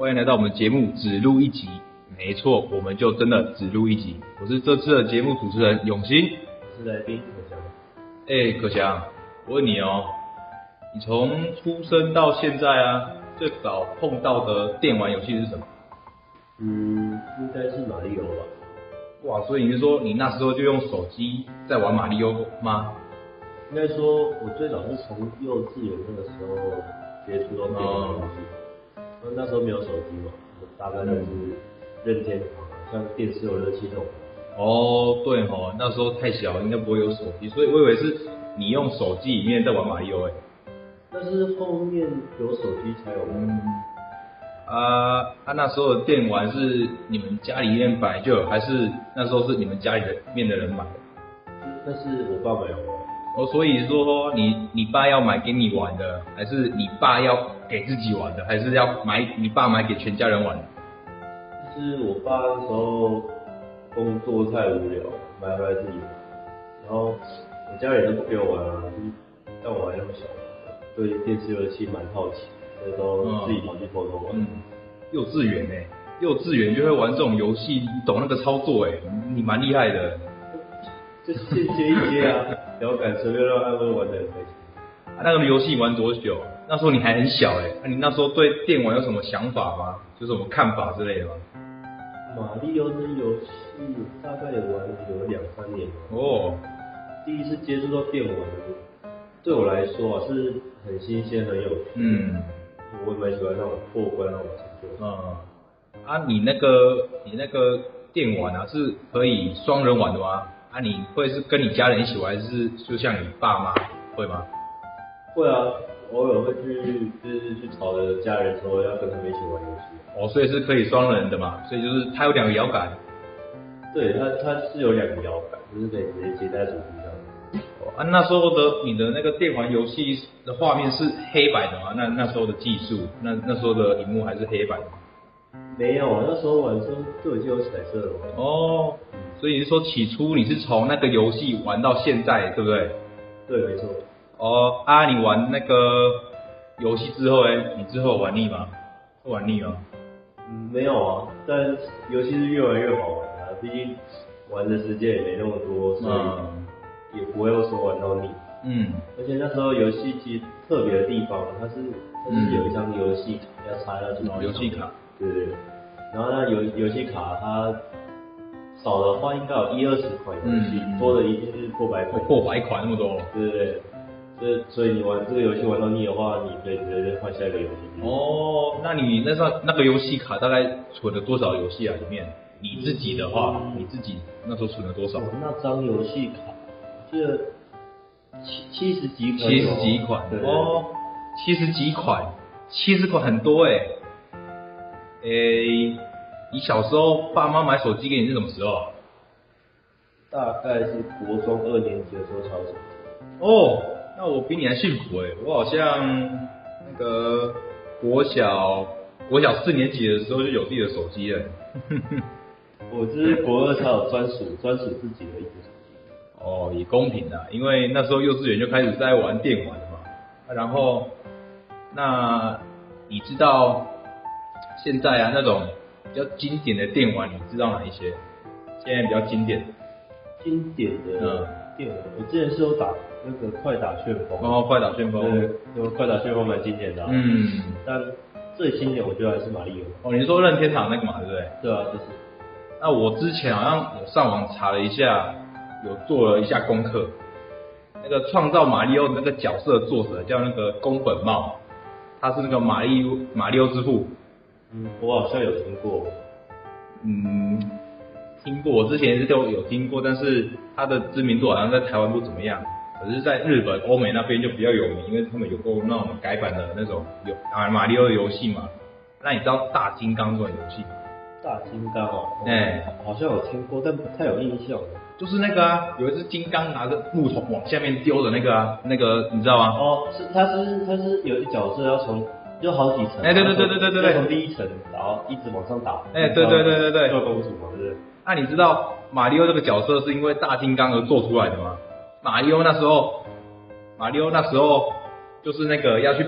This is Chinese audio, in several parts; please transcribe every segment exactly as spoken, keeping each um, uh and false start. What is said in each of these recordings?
欢迎来到我们节目只录一集。没错，我们就真的只录一集。我是这次的节目主持人永新， 我是来宾可翔。 哎、欸，可翔，我问你哦，你从出生到现在啊，最早碰到的电玩游戏是什么？ 嗯，应该是马里奥吧。 哇，所以你是说你那时候就用手机在玩马里奥吗？ 应该说，我最早是从幼稚园那个时候接触到电玩游戏。那、嗯、那时候没有手机嘛，我大概就是任天堂，像电视游乐器这种。 哦，对哦，那时候太小，应该不会有手机，所以我以为是你用手机里面在玩马里奥哎。 但是后面有手机才有玩。 嗯啊啊，那时候的电玩是你们家里面本来就有，还是那时候是你们家里面的人买的？ 那是我爸买的。 哦，所以说你你爸要买给你玩的，还是你爸要给自己玩的，还是要买你爸买给全家人玩的？ 就是我爸那时候工作太无聊，买回来自己玩，然后我家里人都不给我玩啊，就是但我还那么小，对电视游乐器蛮好奇，所以都自己跑去偷偷玩。 嗯，幼稚园哎、欸，幼稚园就会玩这种游戏，你懂那个操作哎、欸，你蛮厉害的。 就接接一接啊，摇杆随便让他们玩得很开心。 啊，那个游戏玩多久？那时候你还很小哎、欸，那、啊、你那时候对电玩有什么想法吗？有什么看法之类的吗？ 马里奥的游戏大概也玩了有两三年了。 哦， 第一次接触到电玩，对我来说啊是很新鲜很有趣。 嗯， 我也蛮喜欢那种破关那种成就。 嗯，啊，你那个你那个电玩啊是可以双人玩的吗？啊，你会是跟你家人一起玩，还是就像你爸妈会吗？ 会啊，偶尔会去就是去吵着家人说要跟他们一起玩游戏。 哦，所以是可以双人的嘛，所以就是它有两个摇杆。 对，它它是有两个摇杆，就是可以直接接在手机上。 哦，啊，那时候的你的那个电玩游戏的画面是黑白的吗？那那时候的技术，那那时候的荧幕还是黑白的吗？ 没有，那时候玩的时候就已经有彩色了。 哦，所以你是说起初你是从那个游戏玩到现在，对不对？ 对，没错。 哦，啊，你玩那个游戏之后，哎，你之后玩腻吗？会玩腻吗？ 嗯，没有啊，但游戏是越玩越好玩啊，毕竟玩的时间也没那么多，所以也不会说玩到腻。 嗯。 而且那时候游戏机特别的地方，它是它是有一张游戏卡要插到主机上。 哦，游戏卡。 对对对。然后那游游戏卡它少的话应该有一二十款游戏，嗯、多的一定是破百款。 破百款那么多。 对对对。所以所以你玩这个游戏玩到腻的话，你可以直接换下一个游戏。 哦，那你那时候那个游戏卡大概存了多少游戏啊？里面你自己的话，嗯、你自己那时候存了多少？ 我那张游戏卡，我记得七七十几款。 七十几款。 对哦，七十几款，七十款很多哎、欸。诶、欸，你小时候爸妈买手机给你是什么时候啊？ 大概是国中二年级的时候才有手机。 哦，那我比你还幸福哎、欸，我好像那个国小国小四年级的时候就有自己的手机了、欸。 我是国二才有专属专属自己的一只手机。 哦，也公平啦，因为那时候幼稚园就开始在玩电玩了嘛。啊、然后，那你知道现在啊那种比较经典的电玩，你知道哪一些？现在比较经典的。 经典的电玩，我之前是有打那个快打旋风。 哦，快打旋风。 对，因为快打旋风蛮经典的、啊。 嗯。 但最经典我觉得还是马里奥。 哦，你是说任天堂那个嘛，对不对？ 对啊，就是。 那我之前好像有上网查了一下，有做了一下功课。那个创造马里奥的那个角色的作者叫那个宫本茂，他是那个马里马里奥之父。 嗯，我好像有听过。 嗯。听过，我之前是都有听过，但是他的知名度好像在台湾不怎么样，可是在日本、欧美那边就比较有名，因为他们有过那种改版的那种有啊马里奥的游戏嘛。那你知道大金刚这种游戏吗？ 大金刚哦， 哎、欸， 好像有听过，但不太有印象了。 就是那个啊，有一只金刚拿着木头往下面丢的那个啊，那个你知道吗？ 哦，是他是他是有一角色要从就好几层， 哎、欸，对对对对对对对， 从第一层然后一直往上打， 哎、欸，对对对对对， 救公主嘛，对不对？ 那、啊、你知道马里奥这个角色是因为大金刚而做出来的吗？马里奥那时候，马里奥那时候就是那个要去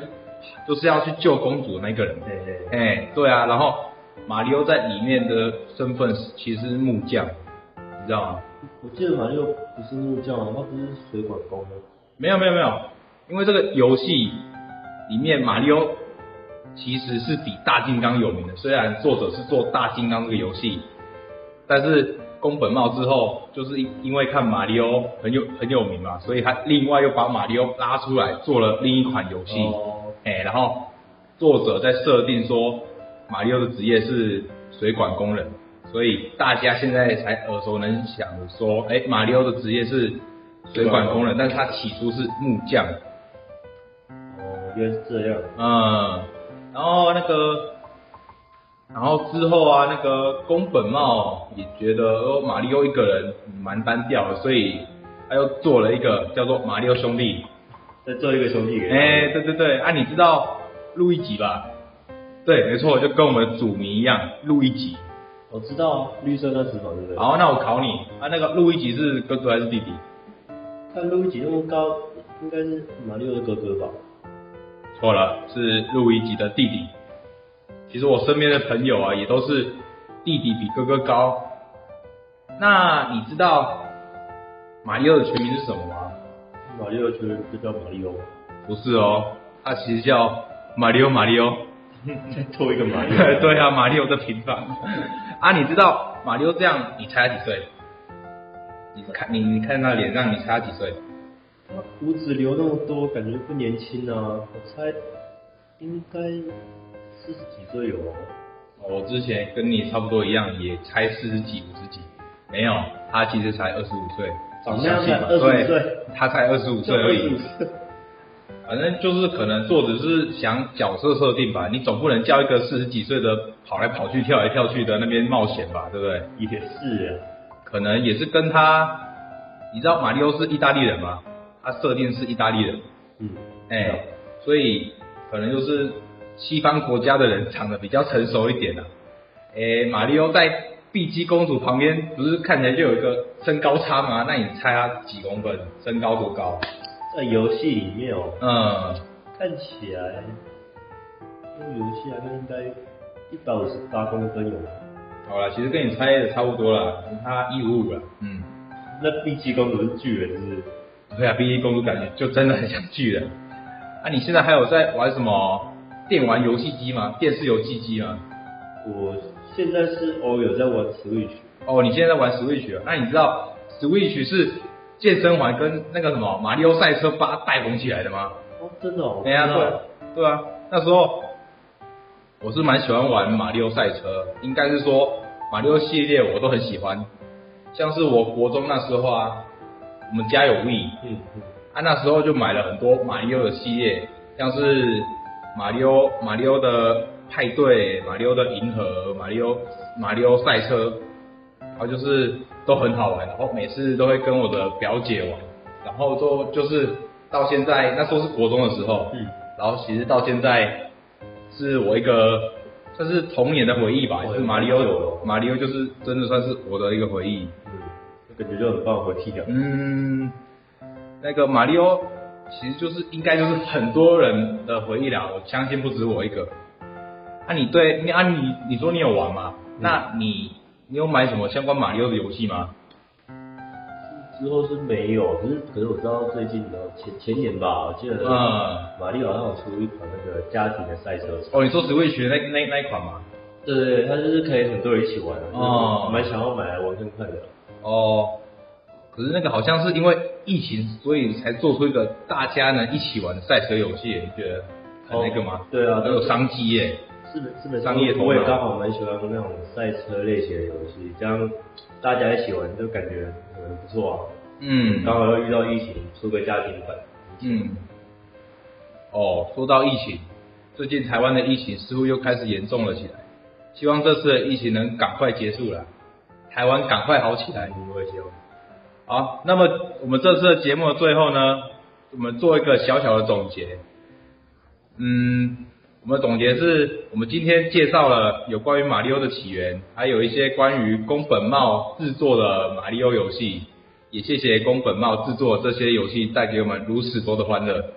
就是要去救公主的那个人。 嘿嘿， 哎、欸，对啊，然后马里奥在里面的身份其实是木匠，你知道吗？ 我记得马里奥不是木匠啊，他不是水管工吗？ 没有没有没有，因为这个游戏里面马里奥其实是比大金刚有名的，虽然作者是做大金刚这个游戏，但是宫本茂之后就是因为看马里奥很有很有名嘛，所以他另外又把马里奥拉出来做了另一款游戏。哦，哎、欸，然后作者在设定说马里奥的职业是水管工人，所以大家现在才耳熟能详的说，哎、欸，马里奥的职业是水管工人，但是他起初是木匠。 哦，原来是这样。 嗯，然后那个，然后之后啊，那个宫本茂也觉得哦，马里奥一个人蛮单调的，所以他又做了一个叫做马里奥兄弟。 再做一个兄弟给他。 哎、欸，对对对，啊，你知道路易吉吧？对，没错，就跟我们的主名一样，路易吉。 我知道啊，绿色那只嘛，对不对？ 好，那我考你，啊，那个路易吉是哥哥还是弟弟？ 看路易吉那么高，应该是马里奥的哥哥吧？ 错了，是路易吉的弟弟。其实我身边的朋友啊，也都是弟弟比哥哥高。那你知道马里奥的全名是什么吗？ 马里奥全名就叫马里奥。 不是哦，他其实叫马里奥马里奥。 再多一个马里奥。 对啊，马里奥的平反。啊，你知道马里奥这样，你猜他几岁？你看你你看他脸上，你猜他几岁？ 他胡子留那么多，感觉不年轻啊。我猜应该四十几岁有哦。 我之前跟你差不多一样，也猜四十几、五十几，没有，他其实才二十五岁。 长那样才二十五岁？ 他才二十五岁而已。反正就是可能作者是想角色设定吧，你总不能叫一个四十几岁的跑来跑去、跳来跳去的那边冒险吧，对不对？ 也是啊。 可能也是跟他，你知道马里奥是意大利人吗？他设定是意大利人。 嗯。 哎、欸，所以可能就是西方国家的人长得比较成熟一点啊。哎、欸，马里奥在碧姬公主旁边，不是看起来就有一个身高差吗？那你猜他几公分？身高多高？ 在游戏里面哦， 嗯， 看起来，用游戏来看应该一百五十八公分有吗？ 好了，其实跟你猜的差不多了，他一五五了，嗯。 那碧姬公主是巨人是不是？ 对啊，碧姬公主感觉就真的很像巨人。啊，你现在还有在玩什么电玩游戏机吗？电视游戏机吗？ 我现在是偶有在玩 Switch。 哦，你现在在玩 Switch 啊？那你知道 Switch 是健身环跟那个什么马里奥赛车把它带红起来的吗？ 哦，真的哦。 对啊，对，对啊，那时候我是蛮喜欢玩马里奥赛车，应该是说马里奥系列我都很喜欢。像是我国中那时候啊，我们家有 Wii， 嗯嗯， 啊那时候就买了很多马里奥的系列，像是马里奥马里奥的派对、马里奥的银河、马里奥马里奥赛车，然后就是都很好玩，然后每次都会跟我的表姐玩，然后就就是到现在那时候是国中的时候，嗯，然后其实到现在是我一个算是童年的回忆吧，就是马里奥马里奥就是真的算是我的一个回忆， 嗯，感觉就很棒，回忆了。 嗯，那个马里奥其实就是应该就是很多人的回忆啦，我相信不止我一个。啊你对，你啊你你说你有玩吗？嗯、那你你有买什么相关马里奥的游戏吗？ 之后是没有，可是可是我知道最近的前前年吧，我记得嗯，马里奥好像有出一款那个家庭的赛车场。 哦，你说 Switch 那那那一款吗？ 对对对，它就是可以很多人一起玩，哦，蛮想要买来玩看看的。 哦，可是那个好像是因为疫情，所以才做出一个大家能一起玩的赛车游戏，你觉得很那个吗？ 哦、对啊， 很有商机耶。 是的，是的，商业头脑。我也刚好蛮喜欢那种赛车类型的游戏，这样大家一起玩就感觉很不错啊。嗯，刚好又遇到疫情，出个家庭版。 嗯。哦，说到疫情，最近台湾的疫情似乎又开始严重了起来，希望这次的疫情能赶快结束了，台湾赶快好起来。 嗯，我也希望。 好，那么我们这次的节目的最后呢，我们做一个小小的总结。嗯。我们总结是，我们今天介绍了有关于马里奥的起源，还有一些关于宫本茂制作的马里奥游戏，也谢谢宫本茂制作这些游戏带给我们如此多的欢乐。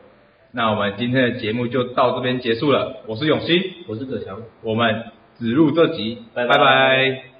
那我们今天的节目就到这边结束了，我是永新， 我是葛强， 我们只录这集， 拜拜拜拜